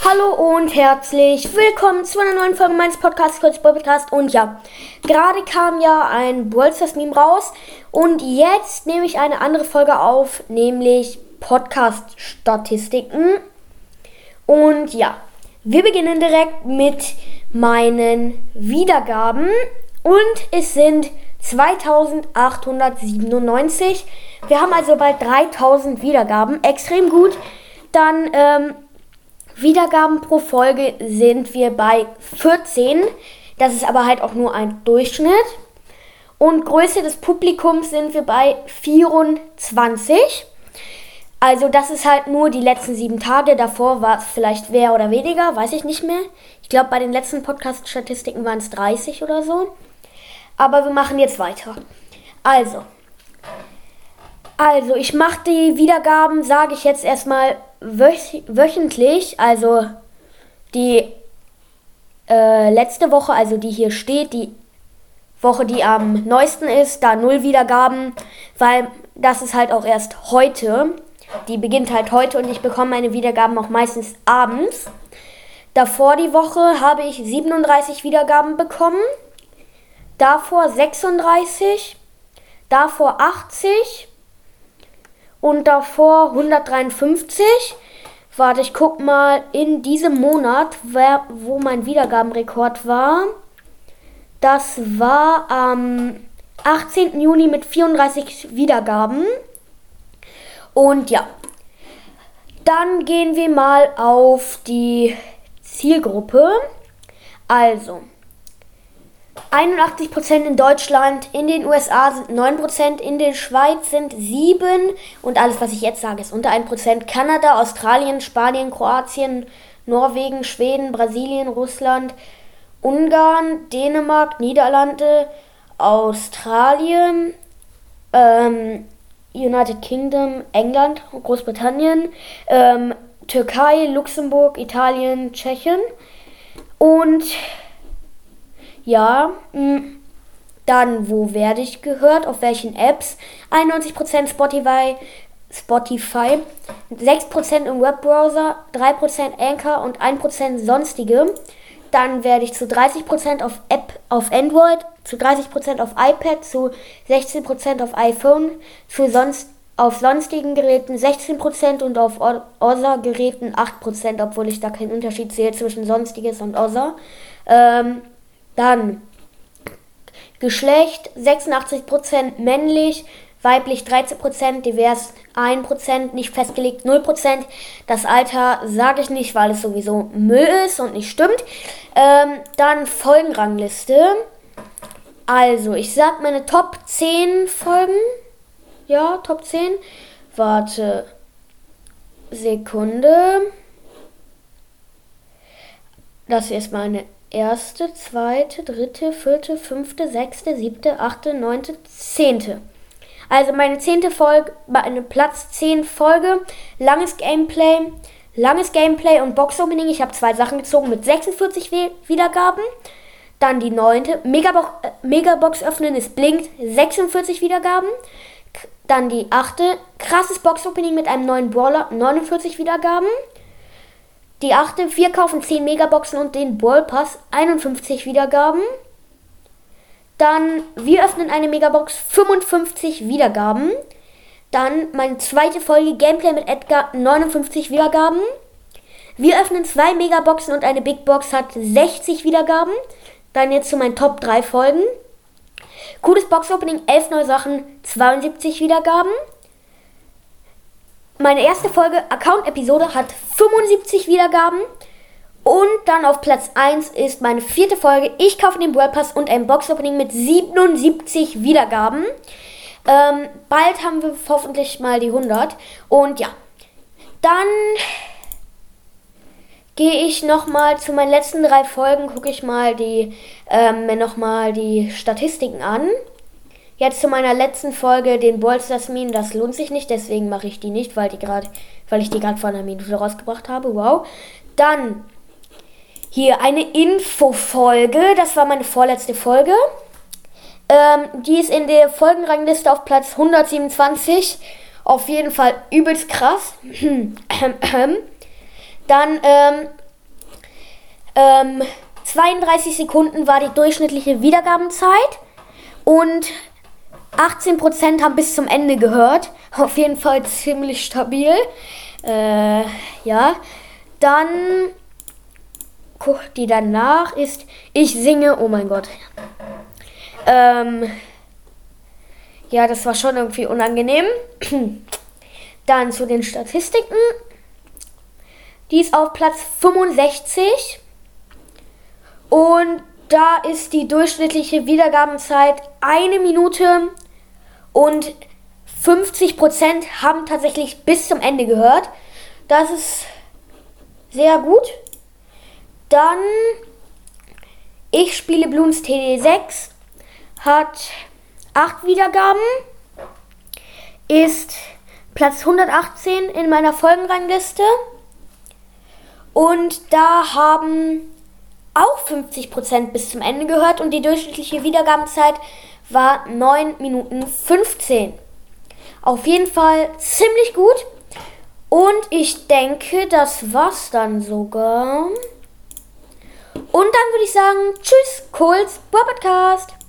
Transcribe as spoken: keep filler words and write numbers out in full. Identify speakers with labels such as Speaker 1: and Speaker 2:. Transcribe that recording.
Speaker 1: Hallo und herzlich willkommen zu einer neuen Folge meines Podcasts, Kurz Podcast. Und ja, gerade kam ja ein Brawl Stars Meme raus und jetzt nehme ich eine andere Folge auf, nämlich Podcast-Statistiken. Und ja, wir beginnen direkt mit meinen Wiedergaben und es sind zweitausendachthundertsiebenundneunzig. Wir haben also bald dreitausend Wiedergaben, extrem gut. Dann ähm, Wiedergaben pro Folge sind wir bei vierzehn. Das ist aber halt auch nur ein Durchschnitt. Und Größe des Publikums sind wir bei vierundzwanzig. Also das ist halt nur die letzten sieben Tage. Davor war es vielleicht mehr oder weniger, weiß ich nicht mehr. Ich glaube, bei den letzten Podcast-Statistiken waren es dreißig oder so. Aber wir machen jetzt weiter. Also, also ich mache die Wiedergaben, sage ich jetzt erstmal wöch- wöchentlich. Also die äh, letzte Woche, also die hier steht, die Woche, die am neuesten ist, da null Wiedergaben, weil das ist halt auch erst heute. Die beginnt halt heute und ich bekomme meine Wiedergaben auch meistens abends. Davor die Woche habe ich siebenunddreißig Wiedergaben bekommen. Davor sechsunddreißig. Davor achtzig. Und davor hundertdreiundfünfzig. Warte, ich guck mal in diesem Monat, wer, wo mein Wiedergabenrekord war. Das war am achtzehnten Juni mit vierunddreißig Wiedergaben. Und ja, dann gehen wir mal auf die Zielgruppe. Also, einundachtzig Prozent in Deutschland, in den U S A sind neun Prozent, in der Schweiz sind sieben und alles, was ich jetzt sage, ist unter ein Prozent. Kanada, Australien, Spanien, Kroatien, Norwegen, Schweden, Brasilien, Russland, Ungarn, Dänemark, Niederlande, Australien, ähm, United Kingdom, England, Großbritannien, ähm, Türkei, Luxemburg, Italien, Tschechien und ja, mh, dann wo werde ich gehört, auf welchen Apps? einundneunzig Prozent Spotify, Spotify, sechs Prozent im Webbrowser, drei Prozent Anchor und ein Prozent sonstige. Dann werde ich zu dreißig Prozent auf App auf Android, zu dreißig Prozent auf iPad, zu sechzehn Prozent auf iPhone, zu sonst auf sonstigen Geräten sechzehn Prozent und auf Other-Geräten acht Prozent, obwohl ich da keinen Unterschied sehe zwischen sonstiges und Other. Ähm, dann Geschlecht sechsundachtzig Prozent männlich, weiblich dreizehn Prozent, divers ein Prozent, nicht festgelegt null Prozent. Das Alter sage ich nicht, weil es sowieso Müll ist und nicht stimmt. Ähm, dann Folgenrangliste. Also, ich sag meine Top zehn Folgen. Ja, Top zehn. Warte. Sekunde. Das hier ist meine erste, zweite, dritte, vierte, fünfte, sechste, siebte, achte, neunte, zehnte. Also meine zehnte Folge, meine Platz zehn Folge, langes Gameplay, langes Gameplay und Box-Opening. Ich habe zwei Sachen gezogen mit sechsundvierzig Wiedergaben. Dann die neunte, Megabox, äh, Megabox öffnen, es blinkt, sechsundvierzig Wiedergaben. K- Dann die achte, krasses Box-Opening mit einem neuen Brawler, neunundvierzig Wiedergaben. Die achte, wir kaufen zehn Megaboxen und den Brawl Pass, einundfünfzig Wiedergaben. Dann, wir öffnen eine Megabox, fünfundfünfzig Wiedergaben. Dann meine zweite Folge, Gameplay mit Edgar, neunundfünfzig Wiedergaben. Wir öffnen zwei Megaboxen und eine Big Box hat sechzig Wiedergaben. Dann jetzt zu meinen Top drei Folgen. Cooles Box-Opening, elf neue Sachen, zweiundsiebzig Wiedergaben. Meine erste Folge, Account-Episode, hat fünfundsiebzig Wiedergaben. Und dann auf Platz eins ist meine vierte Folge, ich kaufe den Brawl Pass und ein Box-Opening mit siebenundsiebzig Wiedergaben. Ähm, bald haben wir hoffentlich mal die hundert. Und ja, dann gehe ich nochmal zu meinen letzten drei Folgen, gucke ich mal die, ähm, mir nochmal die Statistiken an. Jetzt zu meiner letzten Folge, den Brawl Stars Meme, das lohnt sich nicht, deswegen mache ich die nicht, weil, die grad, weil ich die gerade vor einer Minute rausgebracht habe. Wow. Dann hier eine Infofolge, das war meine vorletzte Folge. Ähm, die ist in der Folgenrangliste auf Platz hundertsiebenundzwanzig. Auf jeden Fall übelst krass. Dann ähm, Ähm, zweiunddreißig Sekunden war die durchschnittliche Wiedergabenzeit und achtzehn Prozent haben bis zum Ende gehört. Auf jeden Fall ziemlich stabil. Äh, ja. Dann, die danach ist, ich singe, oh mein Gott. Ähm, ja, das war schon irgendwie unangenehm. Dann zu den Statistiken. Die ist auf Platz fünfundsechzig. Und da ist die durchschnittliche Wiedergabenzeit eine Minute und fünfzig Prozent haben tatsächlich bis zum Ende gehört. Das ist sehr gut. Dann, ich spiele Bloons T D sechs, hat acht Wiedergaben, ist Platz hundertachtzehn in meiner Folgenrangliste und da haben auch fünfzig Prozent bis zum Ende gehört und die durchschnittliche Wiedergabenzeit war neun Minuten fünfzehn. Auf jeden Fall ziemlich gut. Und ich denke, das war's dann sogar. Und dann würde ich sagen, tschüss, Kohls Podcast.